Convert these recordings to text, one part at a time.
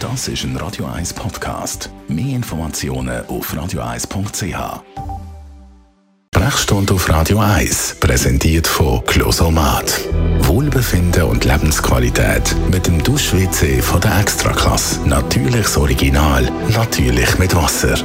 Das ist ein Radio 1 Podcast. Mehr Informationen auf radio1.ch. Sprechstunde auf Radio 1, präsentiert von Closomat. Wohlbefinden und Lebensqualität mit dem Dusch-WC von der Extraklasse. Natürliches Original, natürlich mit Wasser.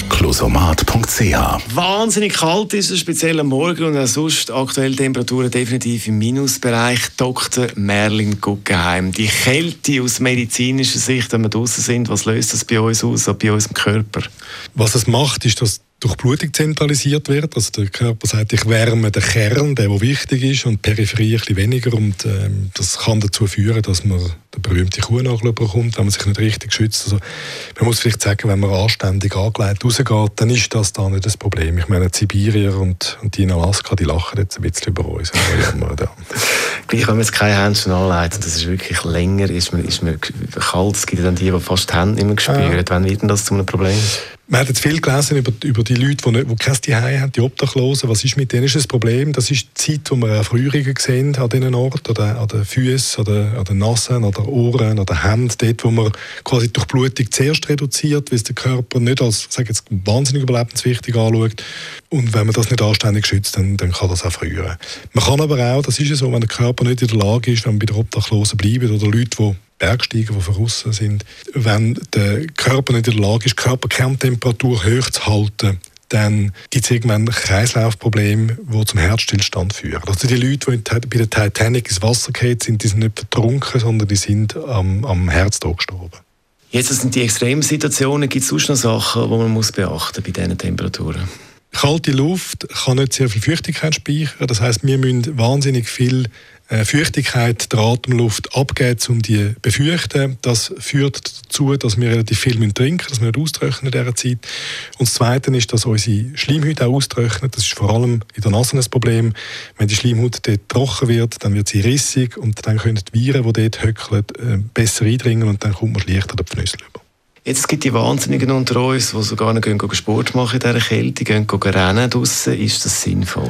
Closomat.ch. Wahnsinnig kalt ist es, speziell am Morgen und auch sonst. Aktuelle Temperaturen definitiv im Minusbereich. Dr. Merlin Guggenheim. Die Kälte aus medizinischer Sicht, wenn wir draußen sind, was löst das bei uns aus, auch bei unserem Körper? Was es macht, ist, dass durch Blutung zentralisiert wird. Also der Körper sagt, ich wärme den Kern, der wichtig ist, und die Peripherie ein bisschen weniger. Und das kann dazu führen, dass man den berühmten Kuhnagel bekommt, wenn man sich nicht richtig schützt. Also, man muss vielleicht sagen, wenn man anständig angelegt rausgeht, dann ist das da nicht das Problem. Ich meine, die Sibirier und die in Alaska, die lachen jetzt ein bisschen über uns. Gleich, wenn man jetzt keine Händchen anlegt, und das ist wirklich länger, ist man kalt. Es gibt dann die fast die Hände nicht mehr spüren. Wann wird denn das zu einem Problem? Man hat jetzt viel gelesen über die Leute, die kein Zuhause haben, die Obdachlosen. Was ist mit denen? Ist das Problem? Das ist die Zeit, wo wir Erfrierungen sehen an diesen Orten, an den Füßen, an den Nasen, an den Ohren, an den Händen. Dort, wo man quasi durch Blutung zuerst reduziert, weil es der Körper nicht als, sage jetzt, wahnsinnig überlebenswichtig anschaut. Und wenn man das nicht anständig schützt, dann kann das auch frieren. Man kann aber auch, das ist ja so, wenn der Körper nicht in der Lage ist, wenn man bei den Obdachlosen bleibt oder Leute, die Bergsteiger, die verrissen sind, wenn der Körper nicht in der Lage ist, die Körperkerntemperatur hoch zu halten, dann gibt es irgendwann Kreislaufprobleme, die zum Herzstillstand führen. Also die Leute, die bei der Titanic ins Wasser gefallen sind, die sind nicht vertrunken, sondern die sind am Herzdruck gestorben. Jetzt sind die Extremsituationen. Gibt es sonst noch Sachen, die man beachten muss bei diesen Temperaturen? Kalte Luft kann nicht sehr viel Feuchtigkeit speichern. Das heisst, wir müssen wahnsinnig viel Feuchtigkeit der Atemluft abgeben, um die zu befeuchten. Das führt dazu, dass wir relativ viel trinken müssen, dass wir nicht austrocknen in dieser Zeit. Und das Zweite ist, dass unsere Schleimhaut auch austrocknet. Das ist vor allem in der Nase ein Problem. Wenn die Schleimhaut dort trocken wird, dann wird sie rissig und dann können die Viren, die dort hückeln, besser eindringen und dann kommt man leichter den Pfnüssel über. Jetzt gibt es die Wahnsinnigen unter uns, die sogar noch Sport machen in dieser Kälte, gehen rennen draussen. Ist das sinnvoll?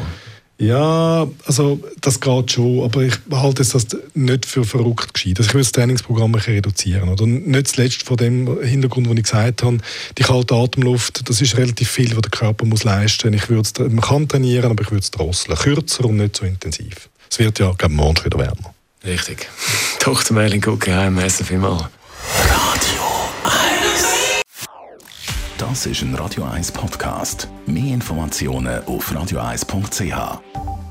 Ja, also das geht schon, aber ich halte das nicht für verrückt gescheit. Also ich würde das Trainingsprogramm reduzieren. Oder nicht zuletzt von dem Hintergrund, den ich gesagt habe, die kalte Atemluft, das ist relativ viel, was der Körper muss leisten muss. Man kann trainieren, aber ich würde es drosseln. Kürzer und nicht so intensiv. Es wird ja, glaube ich, morgen wieder wärmer. Richtig. Dr. Merlin Guggenheim, merci vielmals. Radio 1. Das ist ein Radio 1 Podcast. Mehr Informationen auf radio1.ch.